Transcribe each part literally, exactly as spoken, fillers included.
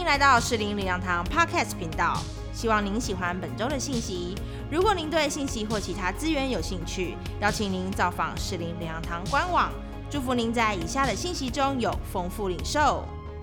来到士林灵粮堂 Podcast 频道，希望您喜欢本周的信息。如果您对信息或其他资源有兴趣，邀请您造访士林灵粮堂官网。祝福您在以下的信息中有丰富领受。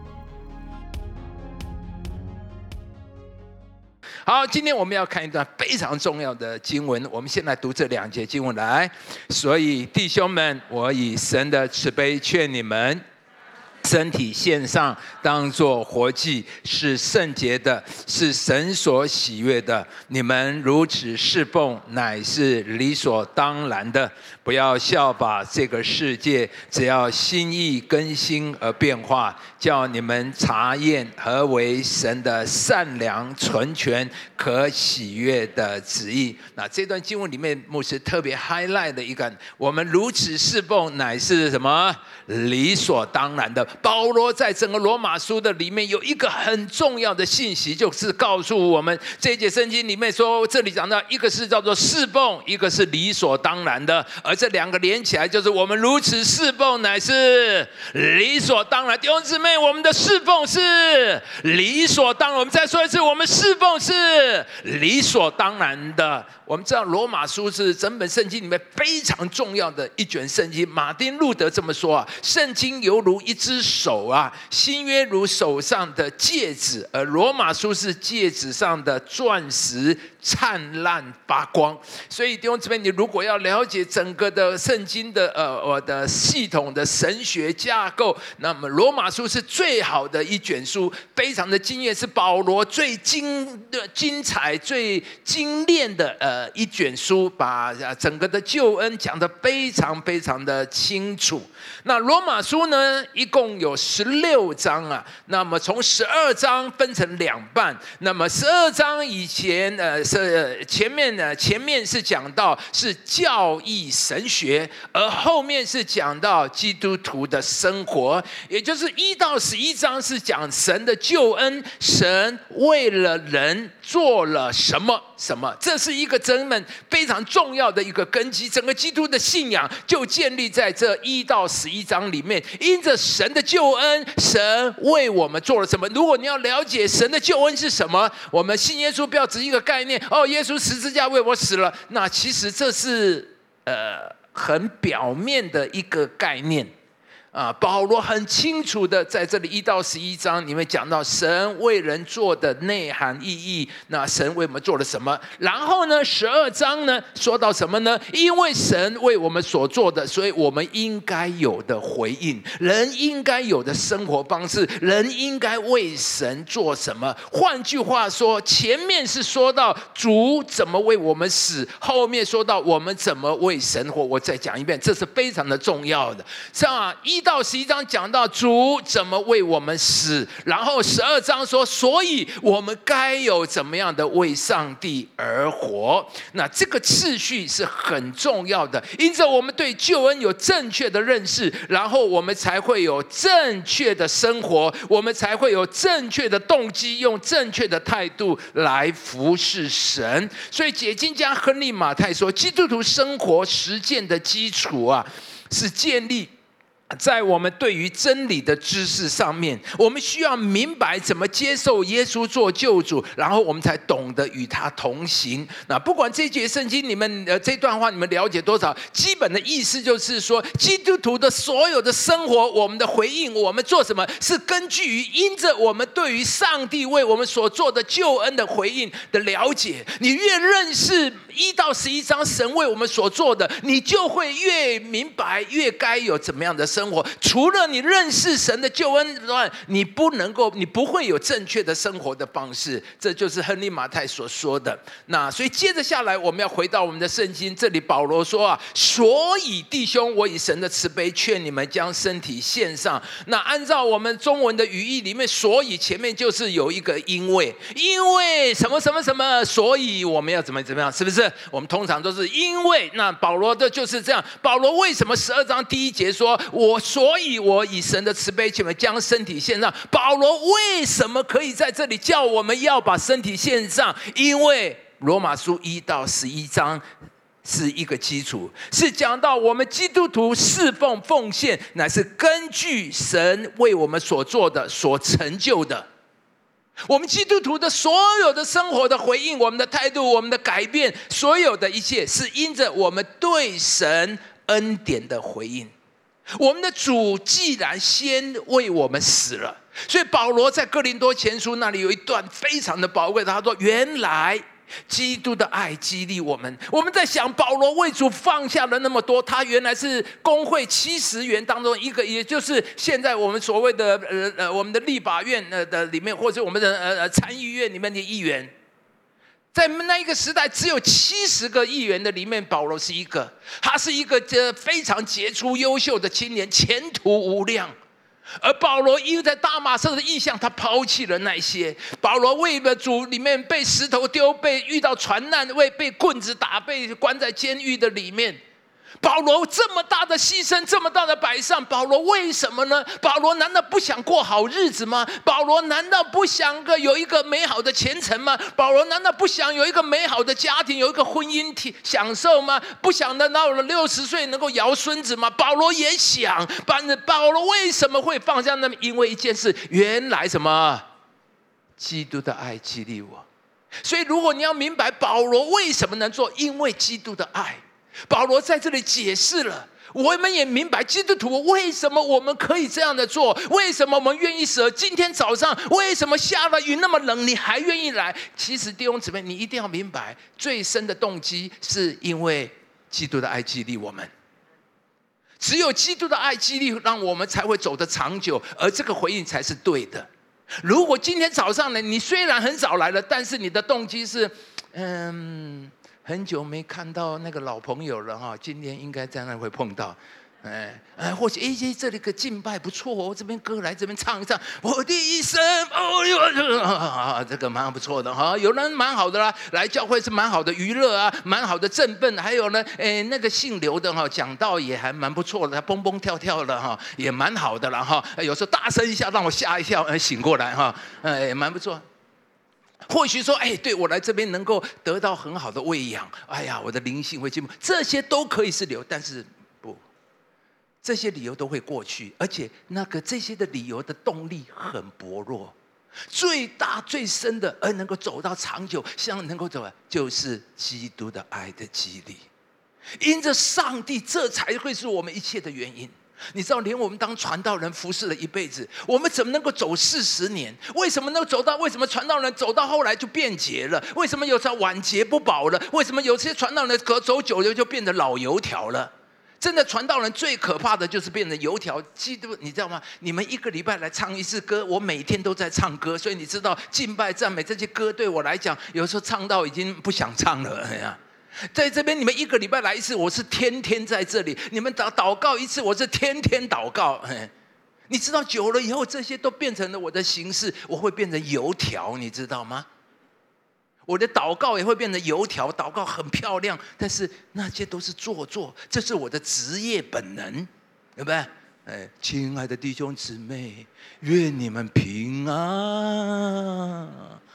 好，今天我们要看一段非常重要的经文。我们先来读这两节经文来。所以弟兄们，我以神的慈悲劝你们，身体献上，当作活祭，是圣洁的，是神所喜悦的。你们如此侍奉，乃是理所当然的。不要效法这个世界，只要心意更新而变化，叫你们查验何为神的善良、纯全、可喜悦的旨意。那这段经文里面，牧师特别 highlight 的一个，我们如此侍奉，乃是什么？理所当然的。保罗在整个罗马书的里面有一个很重要的信息，就是告诉我们，这一节圣经里面说，这里讲到一个是叫做侍奉，一个是理所当然的，而这两个连起来就是我们如此侍奉乃是理所当然。弟兄姊妹，我们的侍奉是理所当然。我们再说一次，我们侍奉是理所当然的。我们知道罗马书是整本圣经里面非常重要的一卷圣经。马丁路德这么说啊，圣经犹如一只手啊，新约如手上的戒指，而罗马书是戒指上的钻石，灿烂发光。所以弟兄姊妹，你如果要了解整个的圣经的呃我的系统的神学架构，那么罗马书是最好的一卷书，非常的精炼，是保罗最精的精彩、最精炼的呃一卷书，把整个的救恩讲得非常非常的清楚。那罗马书呢，一共有十六章啊，那么从十二章分成两半。那么十二章以前呃是前面呢，前面是讲到是教义神学，而后面是讲到基督徒的生活，也就是一到十一章是讲神的救恩，神为了人做了什么什么，这是一个整本非常重要的一个根基。整个基督的信仰就建立在这一到十一章里面，因着神的救恩，神为我们做了什么。如果你要了解神的救恩是什么，我们信耶稣不要只是一个概念，哦，耶稣十字架为我死了，那其实这是呃很表面的一个概念。啊，保罗很清楚的在这里一到十一章里面讲到神为人做的内涵意义，那神为我们做了什么？然后呢，十二章呢说到什么呢？因为神为我们所做的，所以我们应该有的回应，人应该有的生活方式，人应该为神做什么？换句话说，前面是说到主怎么为我们死，后面说到我们怎么为神活。我再讲一遍，这是非常的重要的。像啊，一到十一章讲到主怎么为我们死，然后十二章说，所以我们该有怎么样的为上帝而活。那这个次序是很重要的，因此我们对救恩有正确的认识，然后我们才会有正确的生活，我们才会有正确的动机，用正确的态度来服侍神。所以解经家亨利马太说，基督徒生活实践的基础啊，是建立在我们对于真理的知识上面。我们需要明白怎么接受耶稣做救主，然后我们才懂得与他同行。那不管这节圣经你们呃这段话你们了解多少，基本的意思就是说，基督徒的所有的生活，我们的回应，我们做什么，是根据于因着我们对于上帝为我们所做的救恩的回应的了解。你越认识一到十一章神为我们所做的，你就会越明白越该有怎么样的生活。除了你认识神的救恩之外，你不能够，你不会有正确的生活的方式。这就是亨利马太所说的。那所以接着下来，我们要回到我们的圣经，这里保罗说啊，所以弟兄，我以神的慈悲劝你们将身体献上。那按照我们中文的语义里面，所以前面就是有一个因为，因为什么什么什么，所以我们要怎么怎么样，是不是？我们通常都是因为，那保罗的就是这样。保罗为什么十二章第一节说，我所以我以神的慈悲劝你们将身体献上？保罗为什么可以在这里叫我们要把身体献上？因为罗马书一到十一章是一个基础，是讲到我们基督徒侍奉奉献，乃是根据神为我们所做的、所成就的。 我们基督徒的所有的生活的回应，我们的态度，我们的改变，所有的一切是因着我们对神恩典的回应。我们的主既然先为我们死了，所以保罗在哥林多前书那里有一段非常的宝贵的，他说原来基督的爱激励我们。我们在想保罗为主放下了那么多，他原来是公会七十员当中一个，也就是现在我们所谓的呃呃我们的立法院呃的里面，或者我们的呃参议院里面的议员。在那一个时代，只有七十个议员的里面，保罗是一个，他是一个非常杰出优秀的青年，前途无量。而保罗因为在大马色的异象，他抛弃了那些。保罗为了主里面被石头丢，被遇到船难，为被棍子打，被关在监狱的里面。保罗这么大的牺牲，这么大的摆上，保罗为什么呢？保罗难道不想过好日子吗？保罗难道不想个有一个美好的前程吗？保罗难道不想有一个美好的家庭，有一个婚姻享受吗？不想的到了六十岁能够摇孙子吗？保罗也想。保罗为什么会放下那么？因为一件事，原来什么？基督的爱激励我。所以如果你要明白保罗为什么能做，因为基督的爱。保罗在这里解释了，我们也明白基督徒为什么我们可以这样的做，为什么我们愿意舍。今天早上为什么下了雨那么冷，你还愿意来？其实弟兄姊妹，你一定要明白，最深的动机是因为基督的爱激励我们。只有基督的爱激励，让我们才会走得长久，而这个回应才是对的。如果今天早上呢，你虽然很早来了，但是你的动机是，嗯。很久没看到那个老朋友了哈，今天应该在那会碰到，哎哎，或许哎这里个敬拜不错哦，这边歌来这边唱一唱，我的一生哦哟，啊这个蛮不错的哈，有人蛮好的啦，来教会是蛮好的娱乐啊，蛮好的振奋，还有呢，哎那个姓刘的哈，讲道也还蛮不错的，他蹦蹦跳跳的哈，也蛮好的啦哈，有时候大声一下让我吓一跳，醒过来哈，哎也蛮不错。或许说，哎，对我来这边能够得到很好的喂养，哎呀，我的灵性会进步，这些都可以是理由，但是不，这些理由都会过去，而且那个这些的理由的动力很薄弱，最大最深的，而能够走到长久，像能够走，就是基督的爱的激励，因着上帝，这才会是我们一切的原因。你知道，连我们当传道人服侍了一辈子，我们怎么能够走四十年？为什么能够走到？为什么传道人走到后来就变节了？为什么有时候晚节不保了？为什么有些传道人隔走久了就变得老油条了？真的，传道人最可怕的就是变成油条。基督，你知道吗？你们一个礼拜来唱一次歌，我每天都在唱歌，所以你知道敬拜赞美这些歌对我来讲，有时候唱到已经不想唱了。哎呀，在这边你们一个礼拜来一次，我是天天在这里；你们祷祷告一次，我是天天祷告。你知道久了以后，这些都变成了我的形式，我会变成油条，你知道吗？我的祷告也会变成油条，祷告很漂亮，但是那些都是做作，这是我的职业本能，对不对？哎，亲爱的弟兄姊妹，愿你们平安。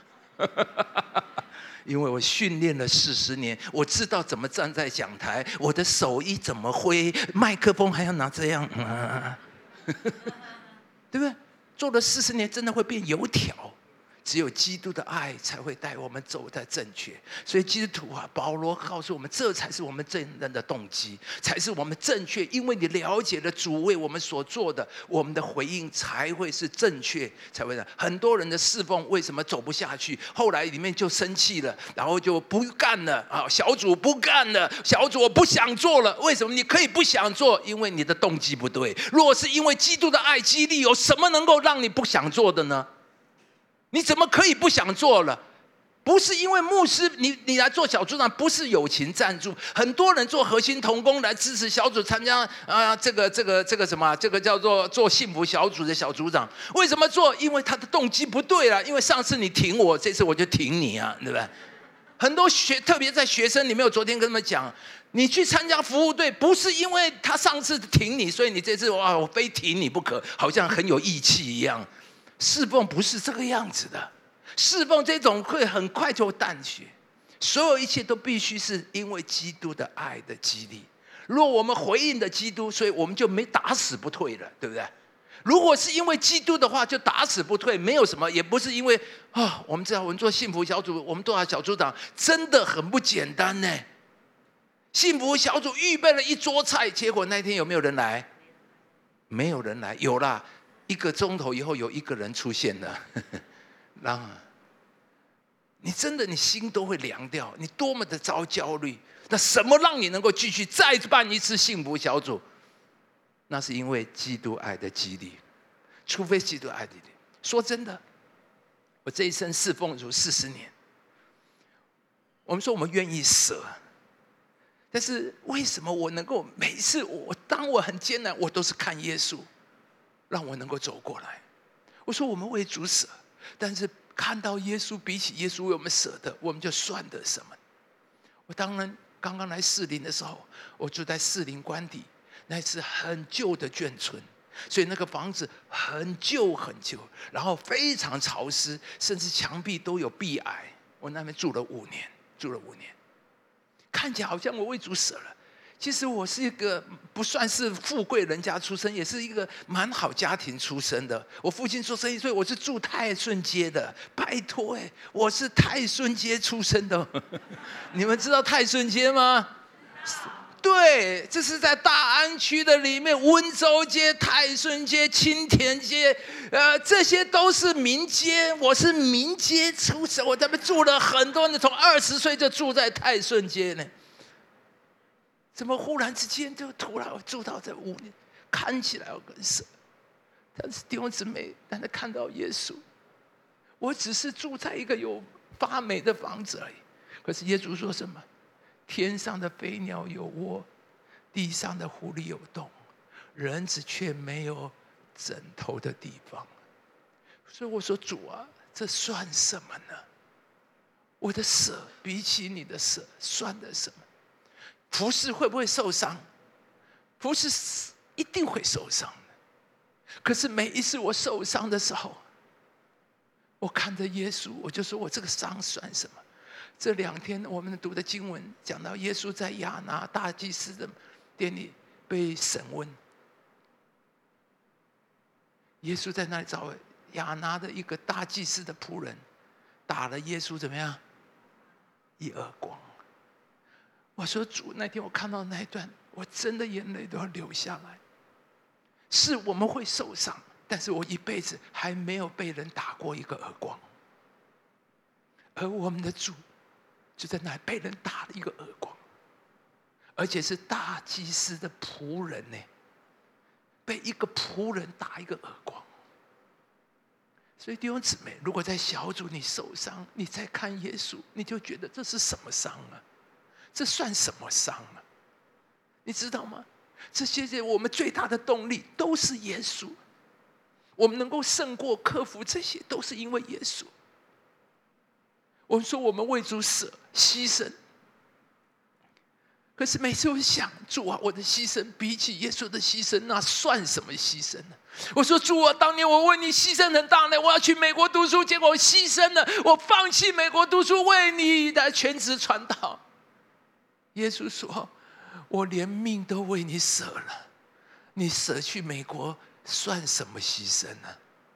因为我训练了四十年，我知道怎么站在讲台，我的手艺怎么挥，麦克风还要拿这样，啊、对不对？做了四十年，真的会变油条。只有基督的爱才会带我们走在正确，所以基督徒啊，保罗告诉我们，这才是我们真正的动机，才是我们正确。因为你了解了主为我们所做的，我们的回应才会是正确，才会的。很多人的侍奉为什么走不下去？后来里面就生气了，然后就不干了啊！小组不干了，小组我不想做了。为什么？你可以不想做，因为你的动机不对。如果是因为基督的爱激励，有什么能够让你不想做的呢？你怎么可以不想做了？不是因为牧师，你你来做小组长，不是友情赞助。很多人做核心同工来支持小组，参加啊，这个这个这个什么，这个叫做做幸福小组的小组长。为什么做？因为他的动机不对了。因为上次你挺我，这次我就挺你啊，对不对？很多学，特别在学生里面，我昨天跟他们讲，你去参加服务队，不是因为他上次挺你，所以你这次哇，我非挺你不可，好像很有义气一样。侍奉不是这个样子的，侍奉这种会很快就淡去，所有一切都必须是因为基督的爱的激励。如果我们回应的基督，所以我们就没打死不退了，对不对？ 如果是因为基督的话，就打死不退，没有什么，也不是因为啊，我们知道我们做幸福小组，我们多少小组长真的很不简单呢。幸福小组预备了一桌菜，结果那天有没有人来？没有人来。有啦，一个钟头以后有一个人出现了。然后你真的你心都会凉掉，你多么的遭焦虑。那什么让你能够继续再办一次幸福小组？那是因为基督爱的激励，除非基督爱的激励。说真的，我这一生侍奉主四十年，我们说我们愿意舍，但是为什么我能够每一次我当我很艰难，我都是看耶稣，让我能够走过来。我说我们为主舍，但是看到耶稣，比起耶稣为我们舍的，我们就算得什么？我当然刚刚来士林的时候，我住在士林官邸。那是很旧的眷村，所以那个房子很旧很旧，然后非常潮湿，甚至墙壁都有壁癌。我那边住了五年，住了五年，看起来好像我为主舍了。其实我是一个不算是富贵人家出身，也是一个蛮好家庭出身的。我父亲做生意，所以我是住泰顺街的。拜托哎，我是泰顺街出身的。你们知道泰顺街吗？对，这是在大安区的里面，温州街、泰顺街、青田街，呃，这些都是民街。我是民街出身，我在那边住了很多年，从二十岁就住在泰顺街呢。怎么忽然之间就突然我住到这五年，看起来我更舍，但是弟兄姊妹，但是看到耶稣，我只是住在一个有发霉的房子而已。可是耶稣说什么？天上的飞鸟有窝，地上的狐狸有洞，人子却没有枕头的地方。所以我说主啊，这算什么呢？我的舍比起你的舍算得什么？服侍会不会受伤？服侍一定会受伤的。可是每一次我受伤的时候，我看着耶稣，我就说我这个伤算什么？这两天我们读的经文讲到，耶稣在亚拿大祭司的殿里被审问。耶稣在那里找亚拿的一个大祭司的仆人，打了耶稣怎么样？一耳光。我说主，那天我看到那一段，我真的眼泪都要流下来。是我们会受伤，但是我一辈子还没有被人打过一个耳光，而我们的主就在那里被人打了一个耳光，而且是大祭司的仆人呢，被一个仆人打一个耳光。所以弟兄姊妹，如果在小组你受伤，你再看耶稣，你就觉得这是什么伤啊？这算什么伤啊？你知道吗？这些我们最大的动力都是耶稣，我们能够胜过克服这些，都是因为耶稣。我们说我们为主舍牺牲，可是每次我想，主啊，我的牺牲比起耶稣的牺牲，那算什么牺牲呢？我说主啊，当年我为你牺牲很大呢，我要去美国读书，结果我牺牲了，我放弃美国读书，为你的全职传道。耶稣说，我连命都为你舍了，你舍去美国算什么牺牲呢？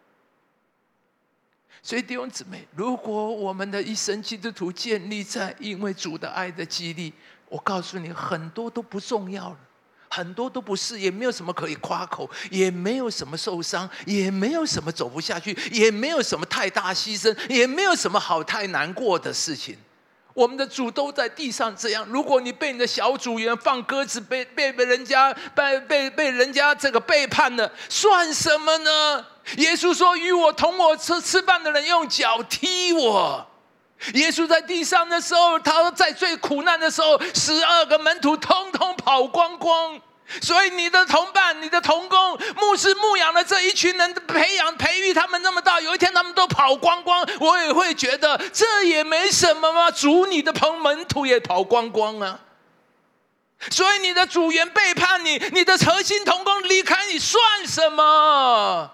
所以弟兄姊妹，如果我们的一生基督徒建立在因为主的爱的激励，我告诉你，很多都不重要了，很多都不是，也没有什么可以夸口，也没有什么受伤，也没有什么走不下去，也没有什么太大牺牲，也没有什么好太难过的事情。我们的主都在地上这样，如果你被你的小组员放鸽子，被被被人家被被被人家这个背叛了，算什么呢？耶稣说，与我同我吃吃饭的人用脚踢我。耶稣在地上的时候，他在最苦难的时候，十二个门徒通通跑光光。所以你的同伴、你的同工、牧师牧养的这一群人，培养培育他们那么大，有一天他们都跑光光，我也会觉得这也没什么嘛。主你的朋门徒也跑光光啊。所以你的组员背叛你，你的核心同工离开你，算什么？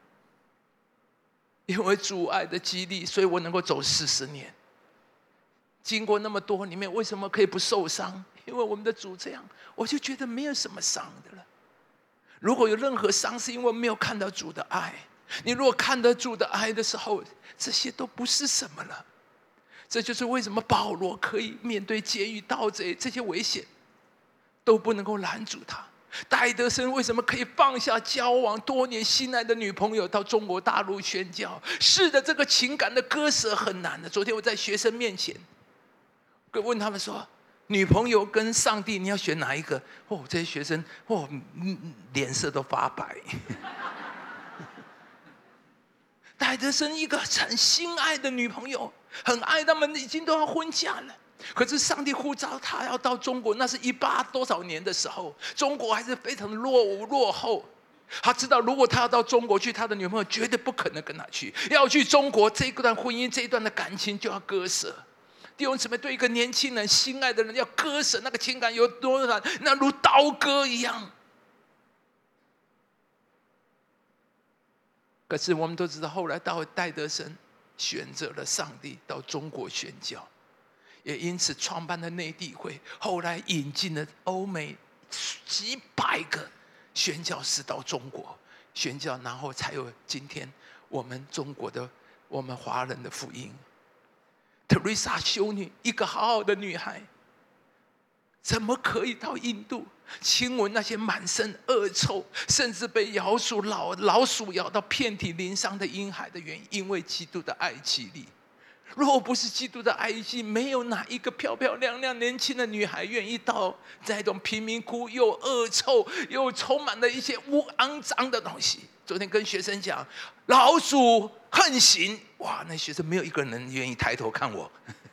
因为主爱的激励，所以我能够走四十年。经过那么多里面，为什么可以不受伤？因为我们的主这样，我就觉得没有什么伤的了。 如果有任何伤，是因为没有看到主的爱。你如果看得主的爱的时候，这些都不是什么了。这就是为什么保罗可以面对监狱、盗贼这些危险，都不能够拦阻他。戴德生为什么可以放下交往多年心爱的女朋友，到中国大陆宣教？是的，这个情感的割舍很难的。昨天我在学生面前，我问他们说，女朋友跟上帝你要选哪一个？哦，这些学生哦，脸色都发白。戴德生一个很心爱的女朋友，很爱他们，已经都要婚嫁了。可是上帝呼召他要到中国，那是一八多少年的时候，中国还是非常落伍落后。他知道，如果他要到中国去，他的女朋友绝对不可能跟他去。要去中国，这一段婚姻、这一段的感情就要割舍。弟兄姊妹，对一个年轻人、心爱的人要割舍，那个情感有多难？那如刀割一样。可是我们都知道，后来到戴德生选择了上帝，到中国宣教，也因此创办了内地会，后来引进了欧美几百个宣教士到中国宣教，然后才有今天我们中国的我们华人的福音。特蕾莎修女，一个好好的女孩，怎么可以到印度亲吻那些满身恶臭，甚至被老鼠老老鼠咬到遍体鳞伤的婴孩的原因？因为基督的爱激励。若不是基督的爱激励，没有哪一个漂漂亮亮年轻的女孩愿意到那种贫民窟又恶臭又充满了一些污肮脏的东西。昨天跟学生讲老鼠横行，哇，那学生没有一个人愿意抬头看我。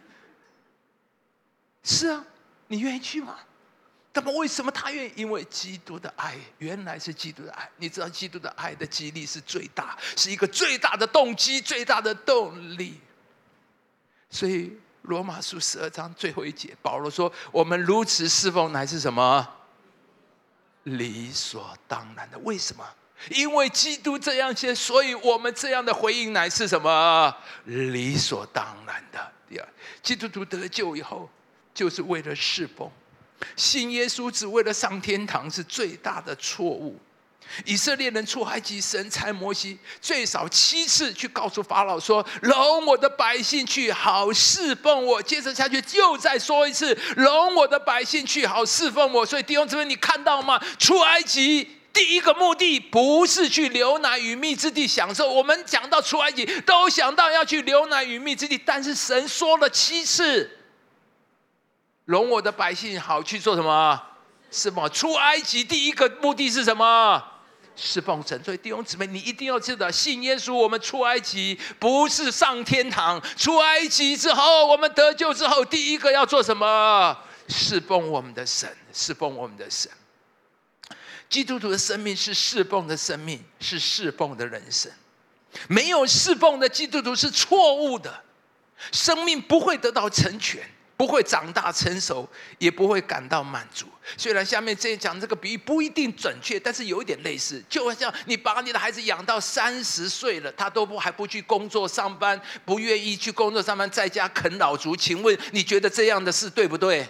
是啊，你愿意去吗？那么为什么他愿意？因为基督的爱，原来是基督的爱。你知道基督的爱的激励是最大，是一个最大的动机，最大的动力。所以罗马书十二章最后一节，保罗说：“我们如此侍奉，乃是什么？理所当然的。为什么？因为基督这样写，所以我们这样的回应乃是什么？理所当然的。第二，基督徒得救以后，就是为了侍奉。信耶稣只为了上天堂是最大的错误。以色列人出埃及，神差摩西最少七次去告诉法老说：容我的百姓去，好侍奉我。接着下去又再说一次：容我的百姓去，好侍奉我。所以弟兄姊妹，你看到吗？出埃及第一个目的不是去流奶与蜜之地享受。我们讲到出埃及，都想到要去流奶与蜜之地，但是神说了七次：容我的百姓好去做什么？是吗？出埃及第一个目的是什么？侍奉神。所以弟兄姊妹，你一定要知道，信耶稣，我们出埃及不是上天堂。出埃及之后，我们得救之后，第一个要做什么？侍奉我们的神，侍奉我们的神。基督徒的生命是侍奉的生命，是侍奉的人生。没有侍奉的基督徒是错误的，生命不会得到成全，不会长大成熟，也不会感到满足。虽然下面这讲这个比喻不一定准确，但是有一点类似。就像你把你的孩子养到三十岁了，他都不还不去工作上班，不愿意去工作上班，在家啃老族，请问你觉得这样的事对不对？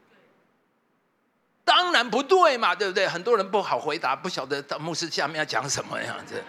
当然不对嘛，对不对？很多人不好回答，不晓得牧师下面要讲什么样子。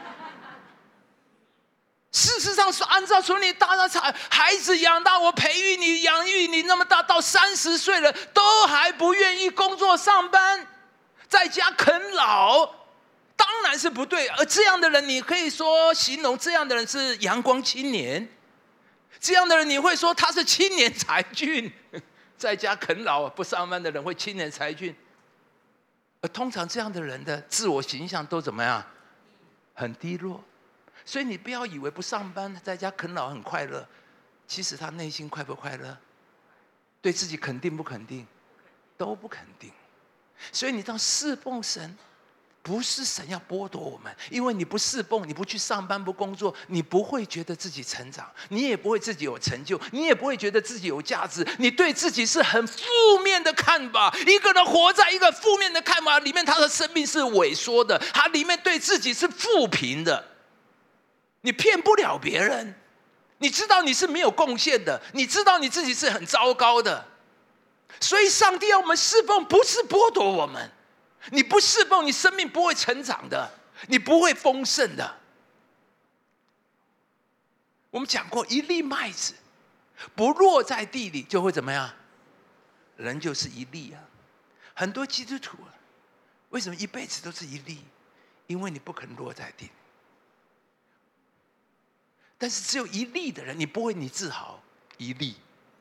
事实上是按照从你大到孩子养大，我培育你养育你那么大，到三十岁了都还不愿意工作上班，在家啃老，当然是不对。而这样的人，你可以说形容这样的人是阳光青年，这样的人你会说他是青年才俊。在家啃老不上班的人会青年才俊，而通常这样的人的自我形象都怎么样？很低落。所以你不要以为不上班在家啃老很快乐，其实他内心快不快乐？对自己肯定不肯定？都不肯定。所以你当侍奉神，不是神要剥夺我们，因为你不侍奉，你不去上班不工作，你不会觉得自己成长，你也不会自己有成就，你也不会觉得自己有价值，你对自己是很负面的看法。一个人活在一个负面的看法里面，他的生命是萎缩的，他里面对自己是负评的。你骗不了别人，你知道你是没有贡献的，你知道你自己是很糟糕的。所以上帝要我们侍奉，不是剥夺我们， 你不侍奉，你生命不会成长的，你不会丰盛的。我们讲过，一粒麦子不落在地里就会怎么样？人就是一粒啊。很多基督徒为什么一辈子都是一粒？因为你不肯落在地里。但是只有一粒的人，你不会你自豪一粒，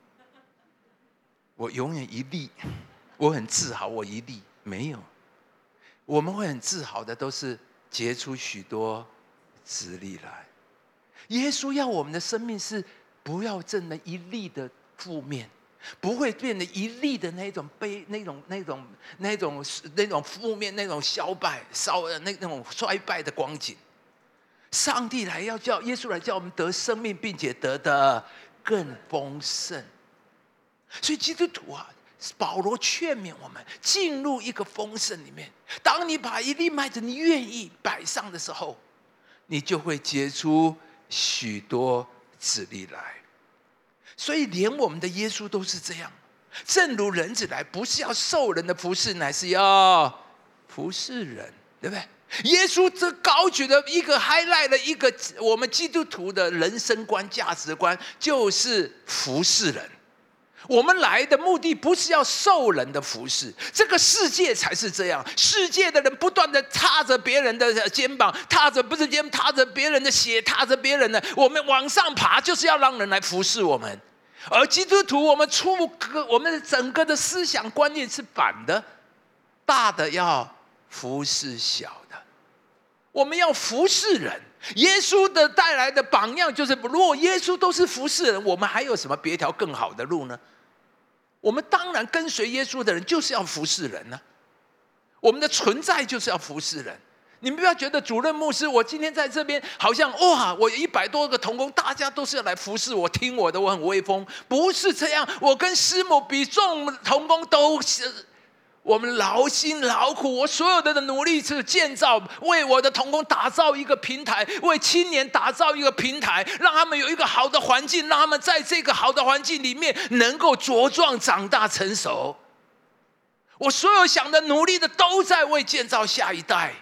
我永远一粒，我很自豪我一粒。没有，我们会很自豪的都是结出许多子粒来。耶稣要我们的生命是不要挣了一粒的负面，不会变得一粒的那种悲、那种、那种、那种、那种负面、那种消败、烧那那种衰败的光景。上帝来要叫耶稣来叫我们得生命，并且得的更丰盛。所以基督徒啊，保罗劝勉我们进入一个丰盛里面。当你把一粒麦子你愿意摆上的时候，你就会结出许多子粒来。所以连我们的耶稣都是这样，正如人子来，不是要受人的服侍，乃是要服侍人，对不对？耶稣这高举的一个 highlight 的一个我们基督徒的人生观、价值观，就是服侍人。我们来的目的不是要受人的服侍，这个世界才是这样。世界的人不断的踏着别人的肩膀，踏着不是肩，踏着别人的血，踏着别人的，我们往上爬，就是要让人来服侍我们。而基督徒，我们出我们整个的思想观念是反的，大的要服侍小的，我们要服侍人。耶稣的带来的榜样就是，如果耶稣都是服侍人，我们还有什么别条更好的路呢？我们当然跟随耶稣的人就是要服侍人呢、啊。我们的存在就是要服侍人。你们不要觉得主任牧师，我今天在这边好像哇，我有一百多个同工，大家都是要来服侍我、听我的，我很威风。不是这样，我跟师母比众同工都是。我们劳心劳苦，我所有的努力是建造，为我的同工打造一个平台，为青年打造一个平台，让他们有一个好的环境，让他们在这个好的环境里面能够茁壮长大成熟。我所有想的努力的都在为建造下一代，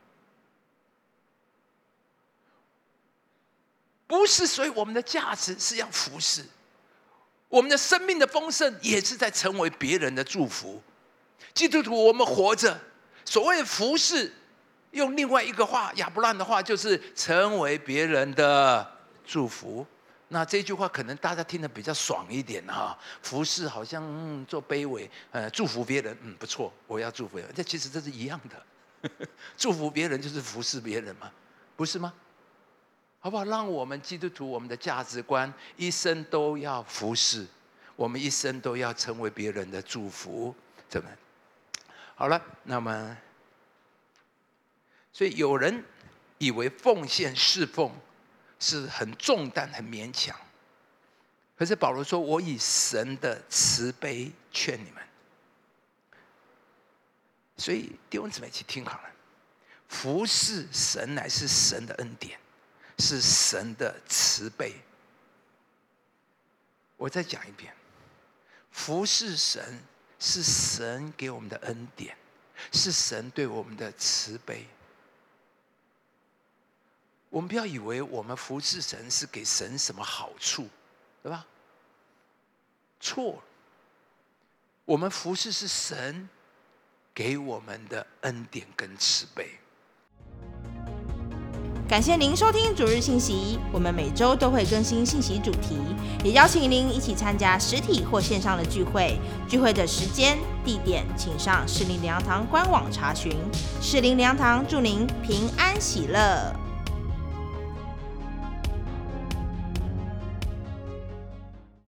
不是。所以我们的价值是要服侍，我们的生命的丰盛也是在成为别人的祝福。基督徒，我们活着，所谓的服侍，用另外一个话，亚伯兰的话，就是成为别人的祝福。那这句话可能大家听得比较爽一点哈，服侍好像嗯做卑微，呃祝福别人，嗯不错，我要祝福别人。这其实这是一样的，祝福别人就是服侍别人嘛，不是吗？好不好？让我们基督徒，我们的价值观，一生都要服侍，我们一生都要成为别人的祝福，怎么？好了，那么，所以有人以为奉献侍奉是很重担、很勉强，可是保罗说：“我以神的慈悲劝你们。”所以弟兄姊妹一起听好了，服侍神乃是神的恩典，是神的慈悲。我再讲一遍，服侍神是神给我们的恩典，是神对我们的慈悲。我们不要以为我们服侍神是给神什么好处，对吧？错了，我们服侍是神给我们的恩典跟慈悲。 感谢您收听主日信息，我们每周都会更新信息主题，也邀请您一起参加实体或线上的聚会。聚会的时间、地点，请上士林灵粮堂官网查询。士林灵粮堂祝您平安喜乐。